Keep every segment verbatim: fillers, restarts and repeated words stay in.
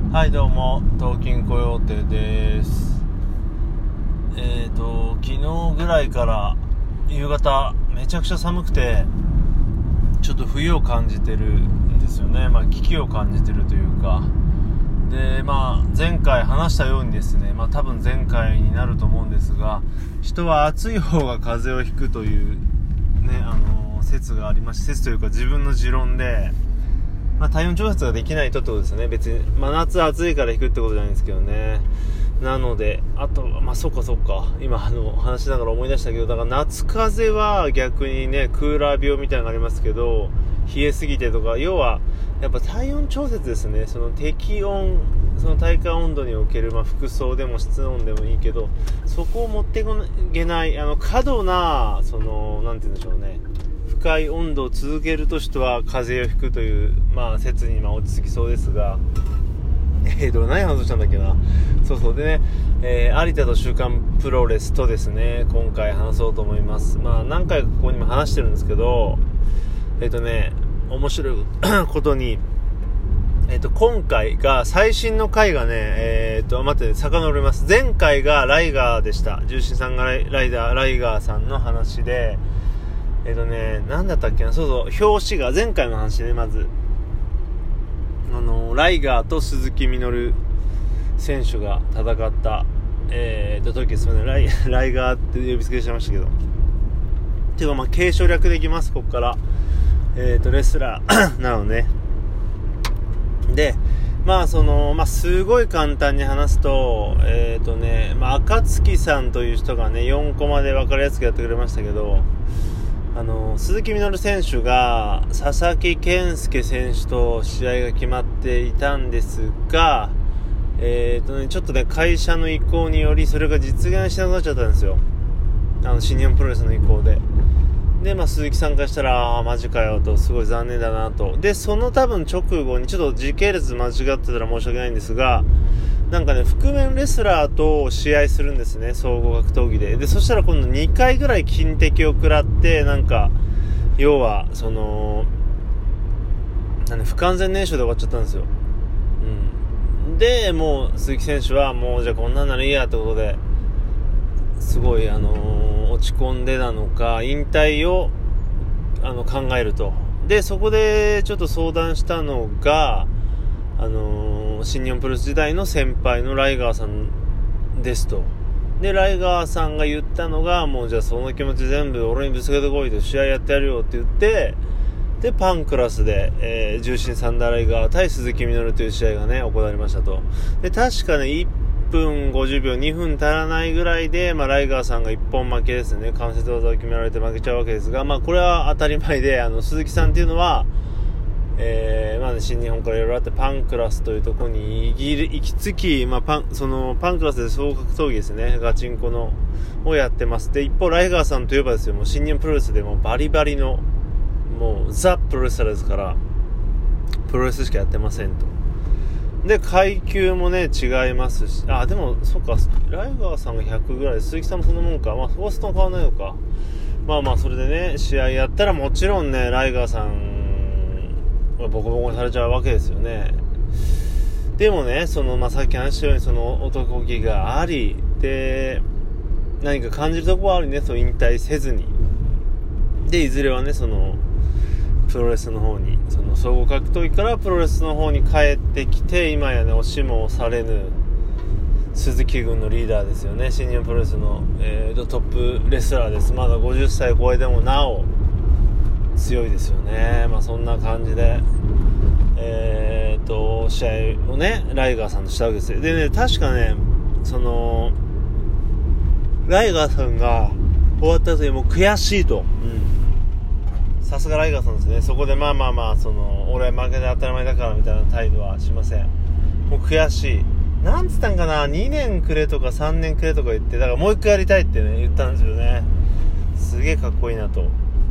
はいどうも、東京コヨーテです。えーと昨日ぐらいから夕方めちゃくちゃ寒くてちょっと冬を感じてるんですよね。まあ危機を感じてるというかで、まあ前回話したようにですね、まあ多分前回になると思うんですが、人は暑い方が風邪をひくというね、あの説がありまして、説というか自分の持論で、まあ、体温調節ができないとってことですね。別に真夏暑いから引くってことじゃないんですけどね。なので、あと、まあ、そっかそっか。今、あの、話しながら思い出したけど、だから夏風邪は逆にね、クーラー病みたいなのがありますけど、冷えすぎてとか、要は、やっぱ体温調節ですね。その適温、その体感温度における、まあ、服装でも室温でもいいけど、そこを持っていけない、あの、過度な、その、なんて言うんでしょうね。深い温度を続けると人は風邪をひくという、まあ、説にまあ落ち着きそうですが、えーと何話したんだっけな。そうそうでね、えー、有田と週刊プロレスとですね、今回話そうと思います。まあ何回かここにも話してるんですけど、えっ、ー、とね面白いことに、えっ、ー、と今回が最新の回がね、えっ、ー、と待って遡ります。前回がライガーでした。重心さんがライライダーライガーさんの話で。えっとね、なんだったっけな、そうそう、表紙が、前回の話で、まず、あの、ライガーと鈴木みのる選手が戦った、えーと、時ですよね、ライ、ライガーって呼びつけしちゃいましたけど。ていうか、まあ、継承略できます、こっから。えーと、レスラーなのね。で、まあ、その、まあ、すごい簡単に話すと、えーとね、まあ、赤月さんという人がね、よんコマで分かりやすくやってくれましたけど、あの鈴木みのる選手が佐々木健介選手と試合が決まっていたんですが、えーとね、ちょっとね会社の意向によりそれが実現しなくなっちゃったんですよ。あの新日本プロレスの意向でで、まあ、鈴木さんからしたらあマジかよと、すごい残念だなと。でその多分直後にちょっと時系列間違ってたら申し訳ないんですが、なんかね覆面レスラーと試合するんですね、総合格闘技で。でそしたら今度にかいぐらい金敵を食らって、なんか要はそのなんで不完全燃焼で終わっちゃったんですよ。うんでもう鈴木選手はもうじゃあこんなんならいいやってことですごいあのー、落ち込んでなのか引退をあの考えると。でそこでちょっと相談したのがあのー、新日本プロレス時代の先輩のライガーさんですと。でライガーさんが言ったのが、もうじゃあその気持ち全部俺にぶつけてこいと、試合やってやるよって言って、でパンクラスで、えー、重心サンダーライガー対鈴木みのるという試合がね行われましたと。で確かねいっぷんごじゅうびょうにふん足らないぐらいで、まあ、ライガーさんが一本負けですね。関節技を決められて負けちゃうわけですが、まあこれは当たり前で、あの鈴木さんっていうのはえーまあね、新日本からいろいろあってパンクラスというところに行き着き、まあ、パンそのパンクラスで総格闘技ですね、ガチンコのをやってます。で一方ライガーさんといえばですよ、もう新日本プロレスでもバリバリのもうザ・プロレスラーですから、プロレスしかやってませんと。で階級もね違いますし、あでもそっか、ライガーさんがひゃくぐらいで鈴木さんもそんなもんか、まあそうすると変わらないのか。まあまあそれでね試合やったらもちろんねライガーさんボコボコにされちゃうわけですよね。でもねその、まあ、さっき話したようにその男気がありで何か感じるところはあるね、そう引退せずに。でいずれはねそのプロレスの方に、その総合格闘技からプロレスの方に帰ってきて、今やね押しも押されぬ鈴木軍のリーダーですよね。新日本プロレスの、えー、トップレスラーです。まだごじゅっさい超えてもなお強いですよね。まあそんな感じでえー、っと試合をねライガーさんとしたわけですよ。でね確かねそのライガーさんが終わった後にもう悔しいと、さすがライガーさんですね。そこでまあまあまあその俺は負けて当たり前だからみたいな態度はしません。もう悔しい、なんつったんかな、にねんくれとかさんねんくれとか言って、だからもう一回やりたいってね言ったんですよね。すげえかっこいいなと。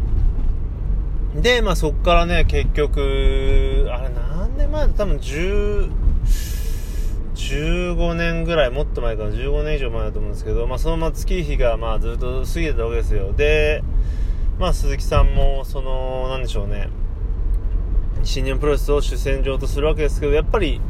でまあそっからね結局あれ何年前だ、多分じゅう、じゅうごねんぐらい、もっと前かな、じゅうごねん以上前だと思うんですけど、まあそのまま月日がまあずっと過ぎてたわけですよ。でまあ鈴木さんもそのなんでしょうね、新日本プロレスを主戦場とするわけですけど、やっぱり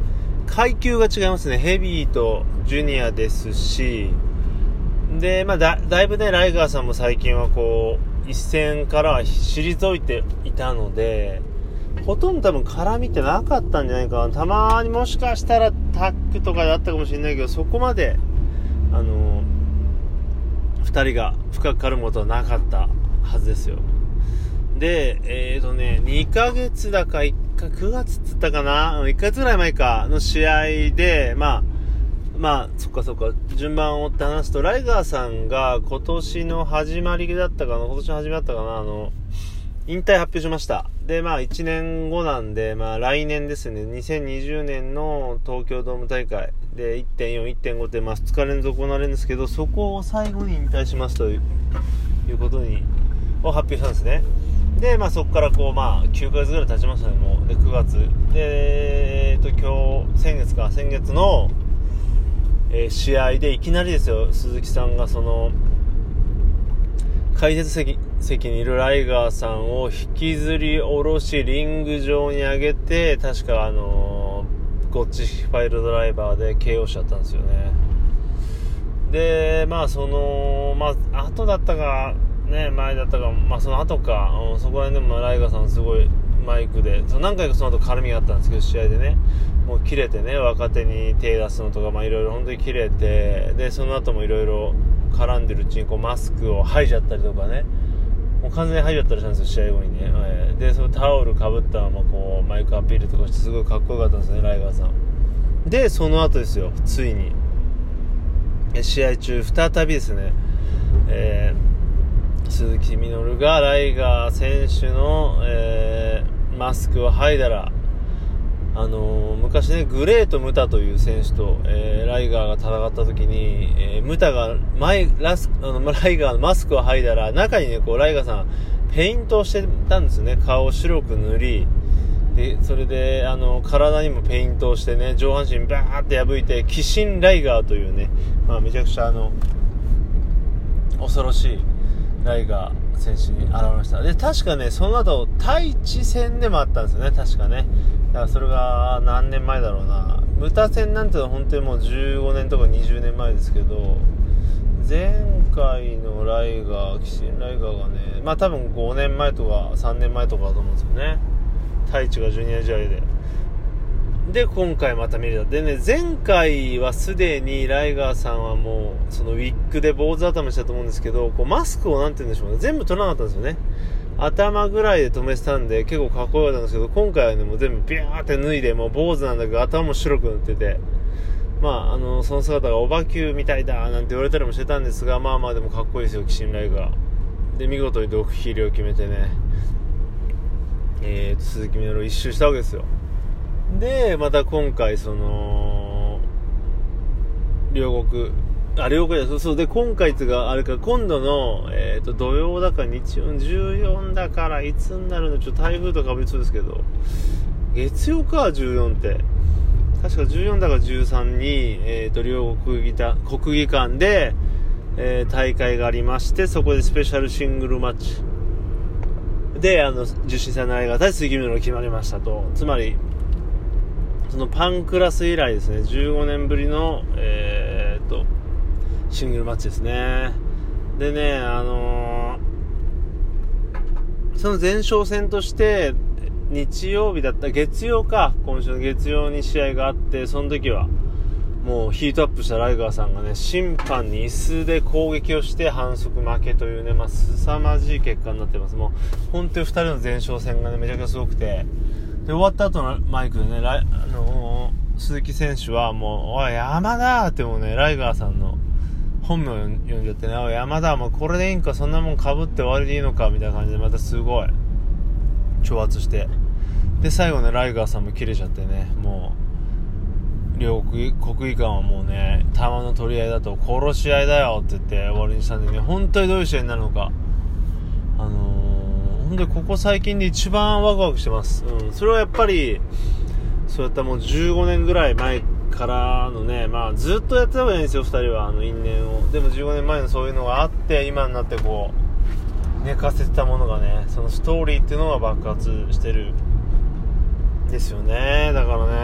階級が違いますね。ヘビーとジュニアですし、で、まあ、だ, だいぶねライガーさんも最近はこう一線からは退いていたので、ほとんど多分絡みってなかったんじゃないかな。たまにもしかしたらタッグとかであったかもしれないけど、そこまであのふたりが深く絡むことはなかったはずですよ。で、えーとね、にかげつだかいっか、くがつっつったかな、いっかげつぐらい前かの試合で、まあ、まあ、そっかそっか、順番を追って話すと、ライガーさんが今年の始まりだったかな、今年の始まりだったかな、あの、引退発表しました。で、まあ、いちねんごなんで、まあ、来年ですね、にせんにじゅうねんの東京ドーム大会で いってんよん、いってんご って、まあ、ふつか連続行われるんですけど、そこを最後に引退しますということに、を発表したんですね。で、まあ、そこからこう、まあ、きゅうかげつぐらい経ちましたね、もう。で、くがつ。で、えっと、今日、先月か、先月の、えー、試合でいきなりですよ、鈴木さんがその、解説席、席にいるライガーさんを引きずり下ろし、リング上に上げて、確かあのー、ゴッチファイルドライバーで ケーオー しちゃったんですよね。で、まあ、その、まあ、後だったか、ね、前だったか、まあその後か、うん、そこら辺でもライガーさんすごいマイクで、その何回かその後絡みがあったんですけど、試合でね、もう切れてね、若手に手出すのとか、まあいろいろ本当に切れて、で、その後もいろいろ絡んでるうちにこうマスクを剥いじゃったりとかね、もう完全に剥いじゃったりしたんですよ、試合後にね。はい、で、そのタオルかぶったままこうマイクアピールとかしてすごいかっこよかったんですね、ライガーさん。で、その後ですよ、ついに。試合中、再びですね、えー鈴木みのるがライガー選手の、えー、マスクを剥いだら、あのー、昔ねグレート・ムタという選手と、えー、ライガーが戦った時に、えー、ムタが前ラスあのライガーのマスクを剥いだら、中にねこうライガーさんペイントをしてたんですよね。顔を白く塗り、でそれであの体にもペイントをしてね、上半身バーって破いて、鬼神ライガーというね、まあ、めちゃくちゃあの恐ろしいライガー選手に現れました。で、確かね、その後、太一戦でもあったんですよね、確かね。だからそれが何年前だろうな。ムタ戦なんてのは本当にもうじゅうごねんとかにじゅうねんまえですけど、前回のライガー、鬼神ライガーがね、まあ多分ごねんまえとかさんねんまえとかだと思うんですよね。太一がジュニア試合で。で、今回また見れた。でね、前回はすでにライガーさんはもう、そのウィッグで坊主頭にしたと思うんですけど、こうマスクをなんて言うんでしょうね、全部取らなかったんですよね。頭ぐらいで止めてたんで、結構かっこよかったんですけど、今回はね、もう全部ビューって脱いで、もう坊主なんだけど、頭も白く塗ってて、まあ、あの、その姿がオバキューみたいだ、なんて言われたりもしてたんですが、まあまあでもかっこいいですよ、鬼神ライガー。で、見事に毒ヒールを決めてね、えーと、鈴木みのるを一周したわけですよ。で、また今回、その、両国、あ、両国だ、そうそう、で、今回つが、あれか、今度の、えっと、土曜だか日曜、じゅうよっかだから、いつになるの、ちょっと台風とかぶりそうですけど、月曜か、じゅうよっかって、確かじゅうよっかだかじゅうさんに、えっと、両国技た国技館で、えー、大会がありまして、そこでスペシャルシングルマッチで、あの、受審されないが、対杉村が決まりましたと。つまり、そのパンクラス以来ですね、じゅうごねんぶりの、えー、っとシングルマッチですね。でね、あのー、その前哨戦として日曜日だった月曜か、今週の月曜に試合があって、その時はもうヒートアップしたライガーさんがね、審判に椅子で攻撃をして反則負けというね、まあ凄まじい結果になってます。もう本当にふたりの前哨戦がね、めちゃくちゃすごくて、で終わった後のマイクでね、ライあのー、鈴木選手はもう、おい山田ってもうね、ライガーさんの本名を呼んじゃってね、おい山田もうこれでいいんか、そんなもん被って終わりでいいのかみたいな感じで、またすごい挑発して、で最後ね、ライガーさんも切れちゃってね、もう両国国技館はもうね、弾の取り合いだと殺し合いだよって言って終わりにしたんでね、本当にどういう試合になるのか、あのー本当にここ最近で一番ワクワクしてます、うん、それはやっぱりそういったもうじゅうごねんぐらい前からのね、まあずっとやってたわけないんですよ、ふたりはあの因縁を。でもじゅうごねんまえのそういうのがあって、今になってこう寝かせてたものがね、そのストーリーっていうのが爆発してるんですよね。だからね、本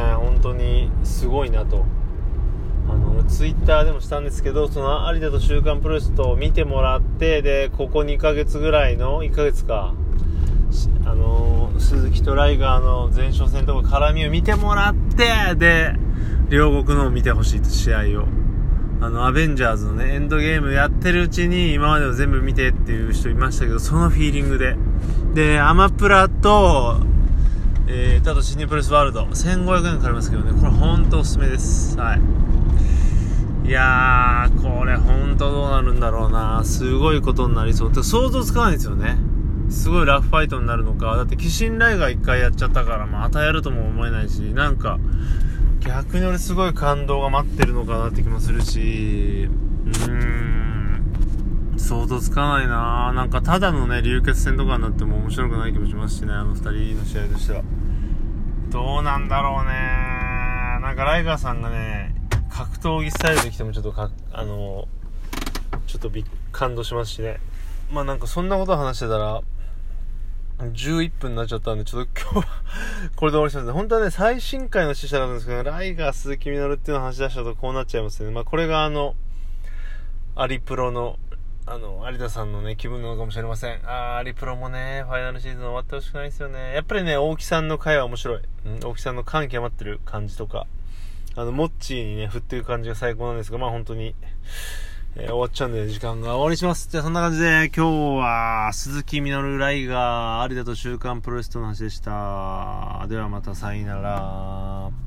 当にすごいなと、あのツイッターでもしたんですけど、その有田と週刊プロレスと見てもらって、でここにかげつぐらいのいっかげつか、あの鈴木とライガーの前哨戦とか絡みを見てもらって、で両国のを見てほしいと、試合を、あのアベンジャーズのねエンドゲームやってるうちに今までを全部見てっていう人いましたけど、そのフィーリングで、でアマプラとえー、あと新日本プロレスワールドせんごひゃくえんかかりますけどね、これ本当おすすめです。はい、いやーこれ本当どうなるんだろうな、すごいことになりそうって想像つかないですよね。すごいラフファイトになるのか、だって鬼神ライガーいっかいやっちゃったからまたやるとも思えないし、なんか逆に俺すごい感動が待ってるのかなって気もするし、うーん想像つかないな。なんかただのね流血戦とかになっても面白くない気もしますしね、あのふたりの試合としては。どうなんだろうね。なんかライガーさんがね格闘技スタイルで来てもちょっとかあのちょっとびっ感動しますしね。まあなんかそんなことを話してたらじゅういっぷんになっちゃったんで、ちょっと今日はこれで終わりにしますね。本当はね最新回の試写なんですけど、ライガー鈴木みのるっていうのを話し出したとこうなっちゃいますね。まあこれがあのアリプロのあの有田さんのね気分なのかもしれません。あーアリプロもねファイナルシーズン終わってほしくないですよね。やっぱりね大木さんの回は面白い、うん、大木さんの感極まってる感じとか、あのモッチーにね振ってる感じが最高なんですが、まあ本当に、えー、終わっちゃうんで時間が終わりします。じゃあそんな感じで今日は鈴木みのるライガー有田と週刊プロレスとの話でした。ではまたさよなら。